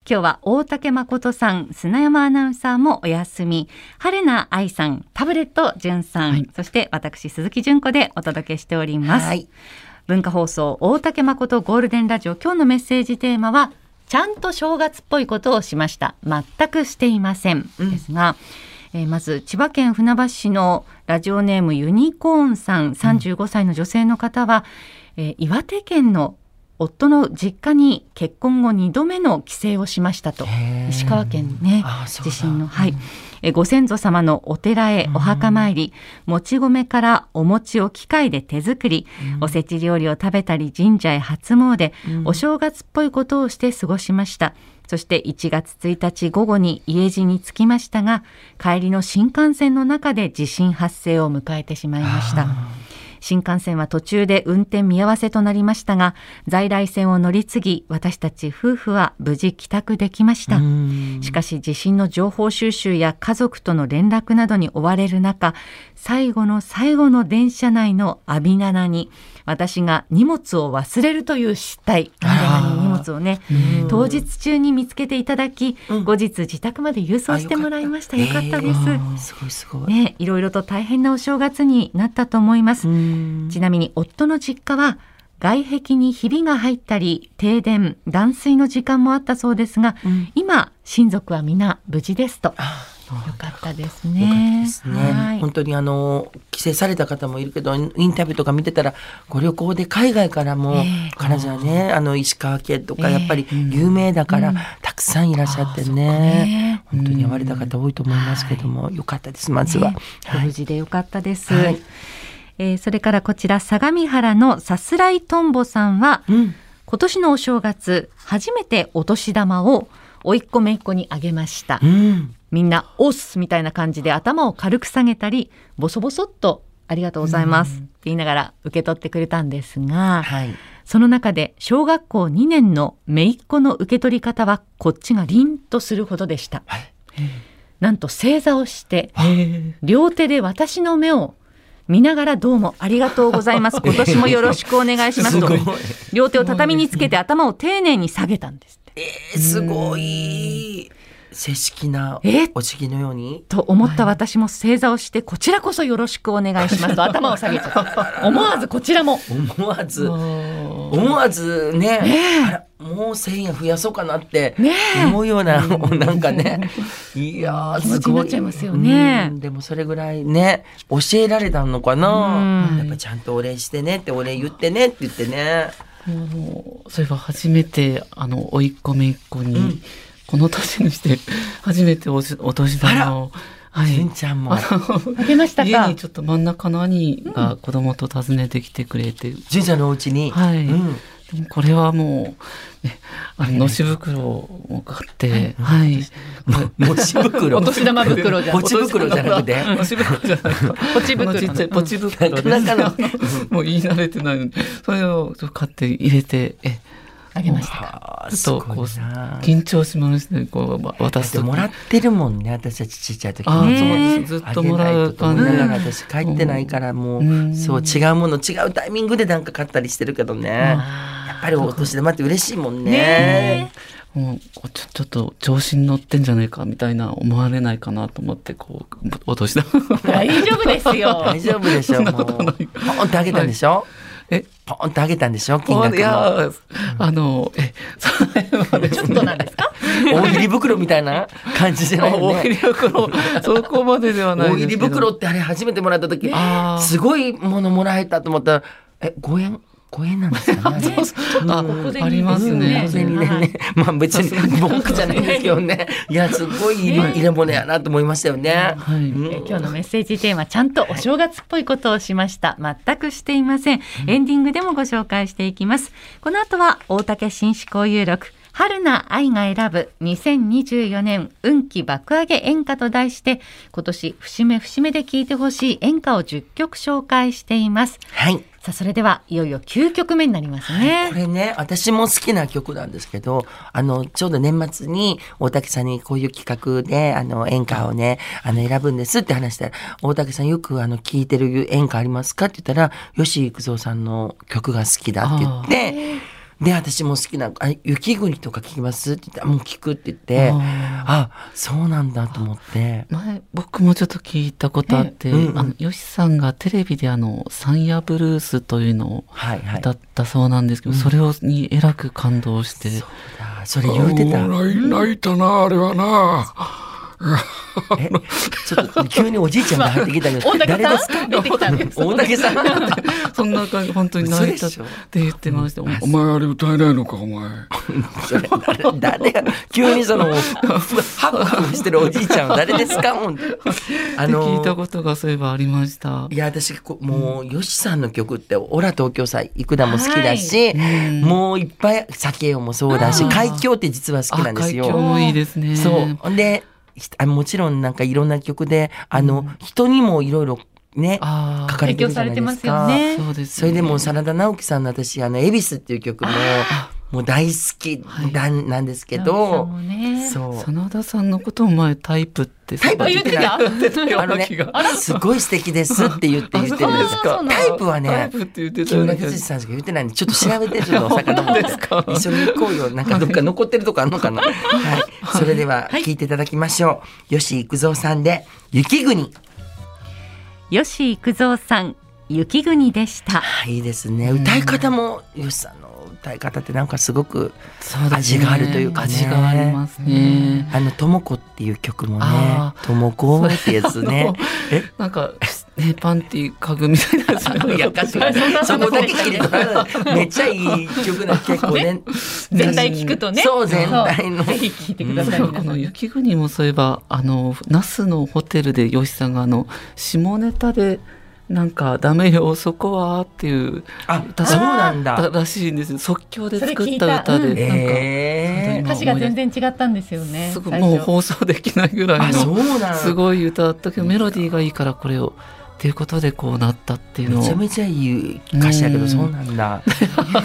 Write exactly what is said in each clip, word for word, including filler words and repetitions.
今日は大竹誠さん、砂山アナウンサーもお休み、春名愛さん、タブレット純さん、はい、そして私鈴木純子でお届けしております。はい、文化放送大竹誠ゴールデンラジオ、今日のメッセージテーマはちゃんと正月っぽいことをしました、全くしていません、うん、ですが、えー、まず千葉県船橋市のラジオネームユニコーンさん、さんじゅうごさいの女性の方は、うん、えー、岩手県の夫の実家に結婚後にどめの帰省をしましたと。石川県ね、地震の、はい、うん、えご先祖様のお寺へお墓参り、うん、もち米からお餅を機械で手作り、うん、おせち料理を食べたり神社へ初詣、うん、お正月っぽいことをして過ごしました。そしていちがつついたち午後に家路に着きましたが、帰りの新幹線の中で地震発生を迎えてしまいました。新幹線は途中で運転見合わせとなりましたが、在来線を乗り継ぎ、私たち夫婦は無事帰宅できました。しかし地震の情報収集や家族との連絡などに追われる中、最後の最後の電車内の阿鼻棚に私が荷物を忘れるという失態、阿鼻棚に荷物をね、当日中に見つけていただき、うん、後日自宅まで郵送してもらいました。よかったです、えー、 すごいすごい、 ね、いろいろと大変なお正月になったと思います。ちなみに夫の実家は外壁にひびが入ったり停電断水の時間もあったそうですが、うん、今親族は皆無事ですと。よかったですね。 よかったですね、はい、本当にあの帰省された方もいるけど、インタビューとか見てたらご旅行で海外からも、えー、金沢ね、あの石川県とかやっぱり有名だから、えーうん、たくさんいらっしゃって ね, ね本当に会われた方多いと思いますけども、うん、よかったです。まずは、ね、 はい、無事でよかったです、はい、えー、それからこちら相模原のさすらいとんぼさんは、うん、今年のお正月初めてお年玉をおいっ子めいっ子にあげました、うん、みんなオスみたいな感じで頭を軽く下げたりボソボソっとありがとうございます、うん、って言いながら受け取ってくれたんですが、はい、その中で小学校にねんのめいっ子の受け取り方はこっちが凛とするほどでした、はい、なんと正座をして両手で私の目を見ながらどうもありがとうございます、今年もよろしくお願いしますと両手を畳につけて頭を丁寧に下げたんです。 えー、すごい正式なお辞儀のようにと思った私も正座をして、こちらこそよろしくお願いしますと頭を下げちゃった思わずこちらも思わず思わず ね, ねあらもうせんえん増やそうかなって思うような、ね、なんかねいやすごい気持ちになっちゃいますよね。 でもそれぐらいね教えられたのかな、やっぱちゃんとお礼してねってお礼言ってねって言ってね。 もうそれは初めてあのおいっ子めいっ子に、うん、この年にして初めて お, お年玉を純、はい、ちゃんもあげましたか。 家にちょっと真ん中の兄が子供と訪ねてきてくれて、 純、うん、ちゃんのお家に、 はい、うん、でもこれはもう、ね、あののし袋を買って、はい、 のし袋お年玉袋じゃポチ袋じゃなくてのし袋じゃないポチ袋ちっちゃいポチ袋です、うん、もう言い慣れてないのでそれを買って入れてえあげました。 ちょっとこう緊張しましたね。こう渡すともらってるもんね、私たちちっちゃい時に。 あ、そうです。ずっともらう感じ。 だから私帰ってないからもう、うん、そう違うもの違うタイミングでなんか買ったりしてるけどね。やっぱりお年玉って嬉しいもんね。ねもうちょ、ちょっと調子に乗ってんじゃないかみたいな思われないかなと思ってこうお年玉大丈夫ですよ。 大丈夫でしょ。もうポンってあげたんでしょ。はいえポンとあげたんでしょ金額も。いやあのえそれちょっとなんですか大喜利袋みたいな感じじゃないよね。 大喜利袋そこまでではないですけど。 大喜利袋ってあれ初めてもらった時すごいものもらえたと思ったらえごえんごえんなんですかね。 そうそうあ、ありますね。 小銭でね、まあ別に文句じゃないんですけどね。いやすごい入れ物やなと思いましたよね。 はい、うん、え今日のメッセージテーマちゃんとお正月っぽいことをしました。全くしていません。エンディングでもご紹介していきます。この後は大竹紳士交友録春名愛が選ぶにせんにじゅうよねん運気爆上げ演歌と題して今年節目節目で聴いてほしい演歌をじゅっきょく紹介しています。 はい。 さあそれではいよいよきゅうきょくめになりますね、 はい、これね私も好きな曲なんですけどあのちょうど年末に大竹さんにこういう企画であの演歌をねあの選ぶんですって話したら大竹さんよくあの聴いてる演歌ありますかって言ったら吉幾三さんの曲が好きだって言ってで私も好きなあ雪国とか聞きますって言ってもう聞くって言ってああそうなんだと思って前僕もちょっと聞いたことあって、うんうん、あの吉さんがテレビであのサンヤブルースというのを歌ったそうなんですけど、はいはい、それをにえらく感動して、うん、 そうだそれ言うてた泣いたなあれはなえちょっと急におじいちゃんが入ってきたけど誰ですか出てきたんです大竹さんそんな感じ本当に泣いたって言ってました、うん、 お前あれ歌えないのかお前それ 誰, 誰が急にそのハクハクしてるおじいちゃんは誰ですかあの聞いたことがそういえばありました。 いや私もう、うん、吉さんの曲ってオラ東京祭幾田も好きだし、はい、もういっぱい酒よもそうだし海峡って実は好きなんですよ。 海峡もいいですね。 そうでもちろんなんかいろんな曲であの、うん、人にもいろいろね書かれてるじゃないですか。 ね、 そうですね、 それでも真田ナオキさんの私あの恵比寿っていう曲ももう大好きだ、はい、なんですけど、 ね、 そう真田さんのことを前タイプってタイプ言ってたあのねすごい素敵ですって言って言ってるんですか。タイプはね木村哲司さんしか言ってないんでちょっと調べてちょっとお魚持って一緒に行こうよ。なんかどっか残ってるとこあるのかな、はい、それでは聞いていただきましょう、はい、吉幾三さんで雪国。 吉幾三さん雪国でした。 いいですね。歌い方も吉さんの歌い方ってなんかすごく味があるというかね、 味がありますね。 あのともこっていう曲もねともこってやつねえなんかねパンティ家具みたいなやついや歌詞がそこだけ聞いてめっちゃいい曲だ結構ね全体聞くとねそう全体のぜひ聞いてください。 この雪国もそういえばあの那須のホテルで吉さんがあの下ネタでなんかダメよそこはっていう歌そうなんだらしいんですよ。即興で作った歌で、うん、なんか、 えー、 歌詞が全然違ったんですよね。 もう放送できないぐらいのすごい歌だったけどメロディーがいいからこれをっていうことでこうなったっていうのをめちゃめちゃいい歌詞だけどそうなんだ、ね、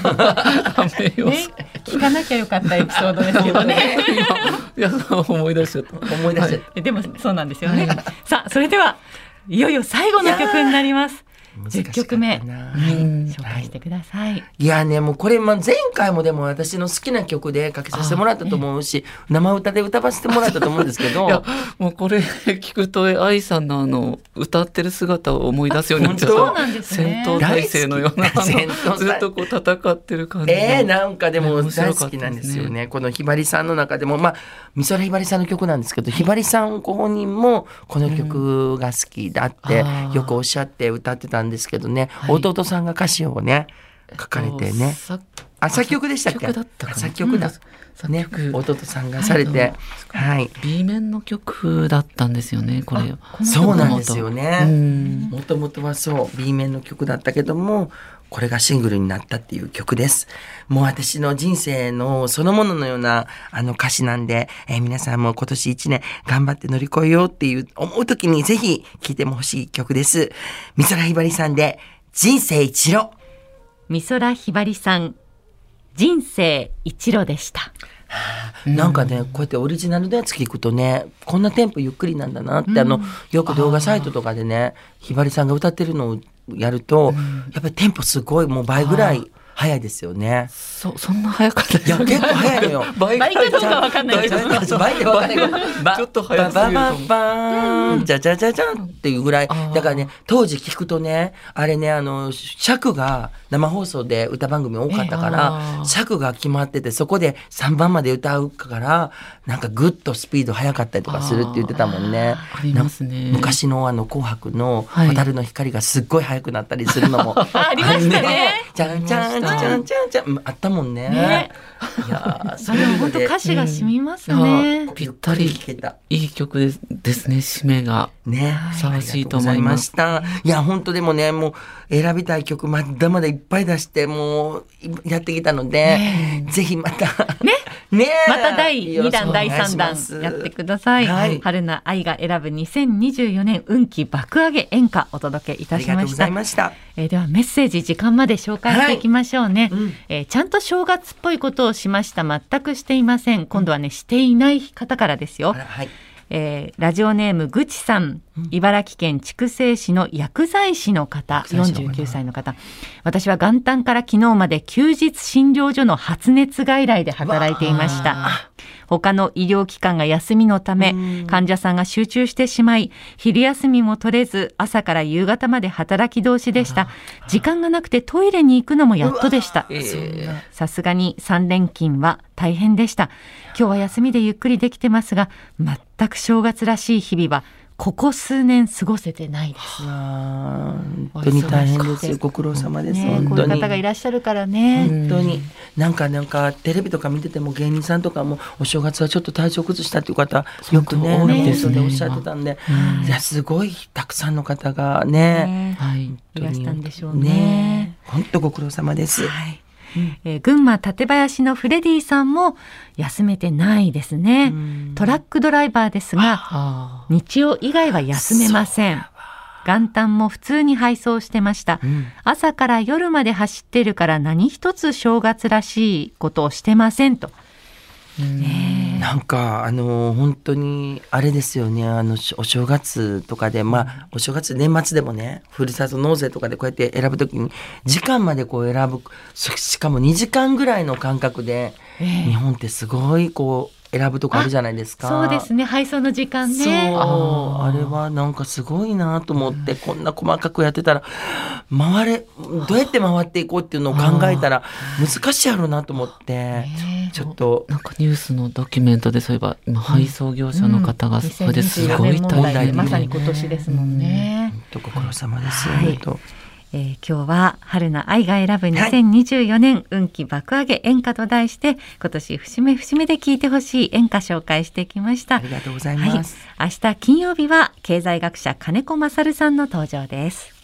聞かなきゃよかったエピソードですけどねいや思い出しちゃった思い出しちゃった、 はい、でもそうなんですよね、はい、さあそれではいよいよ最後の曲になります。じゅっきょくめ、はい、紹介してください。 いやねもうこれ、ま、前回もでも私の好きな曲でかけさせてもらったと思うし、生歌で歌わせてもらったと思うんですけどいやもうこれ聞くと愛さんのあの歌ってる姿を思い出すようになっちゃった。 そうなんですね、 戦闘態勢のようなずっとこう戦ってる感じえー、なんかでも大好きなんですよね。このひばりさんの中でもまあ美空ひばりさんの曲なんですけどひばりさんご本人もこの曲が好きだってよくおっしゃって歌ってたんですけどね、はい、弟さんが歌詞をね書かれてね、えっと、あ作曲でしたっけ。作曲だ、うん、ね弟さんがされて、はい、 B 面の曲だったんですよねこれ。 そうなんですよね。もともとはそう B 面の曲だったけどもこれがシングルになったっていう曲です。もう私の人生のそのもののようなあの歌詞なんで、えー、皆さんも今年一年頑張って乗り越えようっていう思う時にぜひ聴いても欲しい曲です。美空ひばりさんで人生一路。 美空ひばりさん人生一路でした。 なんかねこうやってオリジナルのやつ聞くとねこんなテンポゆっくりなんだなって、うん、あのよく動画サイトとかでねひばりさんが歌ってるのをやると、うん、やっぱりテンポすごいもう倍ぐらい早いですよね。 そ, そんな早かったですよ。いや結構早いのよ。 倍かどうかわかんないけど倍でわかんないけどちょっと早すぎるババババーンじゃじゃじゃじゃんっていうぐらいだからね当時聞くとねあれねあの尺が生放送で歌番組多かったから、えー、尺が決まっててそこでさんばんまで歌うからなんかグッとスピード速かったりとかするって言ってたもんね。 ありますね。 昔のあの紅白の蛍の光がすっごい速くなったりするのも、 はい、ありましたね。 じゃんじゃんじゃんじゃんじゃんあったもんね。 ねいやそれ本当歌詞が染みますね、 うん、ぴったりいい曲ですですね。締めがねふさわしいと思いました。いや本当でもねもう選びたい曲まだまだいっぱい出してもうやってきたので、ね、ぜひまたねねまただいにだんだいさんだんやってください、はい、春菜愛が選ぶにせんにじゅうよねん運気爆上げ演歌お届けいたしました。ありがとうございました。えー、ではメッセージ時間まで紹介していきましょうね、はいうんえー、ちゃんと正月っぽいことをしました全くしていません。今度はね、うん、していない方からですよ、 はいえー、ラジオネームぐちさん、茨城県筑西市の薬剤師の方、よんじゅうきゅうさいの方。私は元旦から昨日まで休日診療所の発熱外来で働いていました。他の医療機関が休みのため、患者さんが集中してしまい、昼休みも取れず、朝から夕方まで働き通しでした。時間がなくてトイレに行くのもやっとでした。さすがにさん連勤は大変でした。今日は休みでゆっくりできてますが、全く正月らしい日々はここ数年過ごせてないです。 本当に大変ですよ。ご苦労様です、 ね、 本当に。 こういう方がいらっしゃるからね。 本当になんかなんかテレビとか見てても芸人さんとかもお正月はちょっと体調崩したっていう方よくね多いですねおっしゃってたんで、うん、いやすごいたくさんの方がね、 ね、はい、いらしたんでしょうね。 ね、本当ご苦労様です。 はい。えー、群馬館林のフレディさんも休めてないですね。トラックドライバーですが日曜以外は休めません。元旦も普通に配送してました、うん、朝から夜まで走ってるから何一つ正月らしいことをしてませんと。 ね、なんかあの本当にあれですよね。あのお正月とかで、まあお正月年末でもねふるさと納税とかでこうやって選ぶときに時間までこう選ぶ、しかもにじかんぐらいの間隔で、えー、日本ってすごいこう選ぶとこあるじゃないですか。 そうですね、配送の時間ね。 そう あ, あれはなんかすごいなと思って、うん、こんな細かくやってたら回れどうやって回っていこうっていうのを考えたら難しいやろうなと思って、ちょっとなんかニュースのドキュメントでそういえば今配送業者の方がそれですごい大変で、 まさに今年ですもんね。 本当ご苦労様ですよ、 はい、えー、今日は春菜愛が選ぶにせんにじゅうよねん、はい、運気爆上げ演歌と題して今年節目節目で聴いてほしい演歌紹介してきました。 ありがとうございます、 はい、明日金曜日は経済学者金子勝さんの登場です。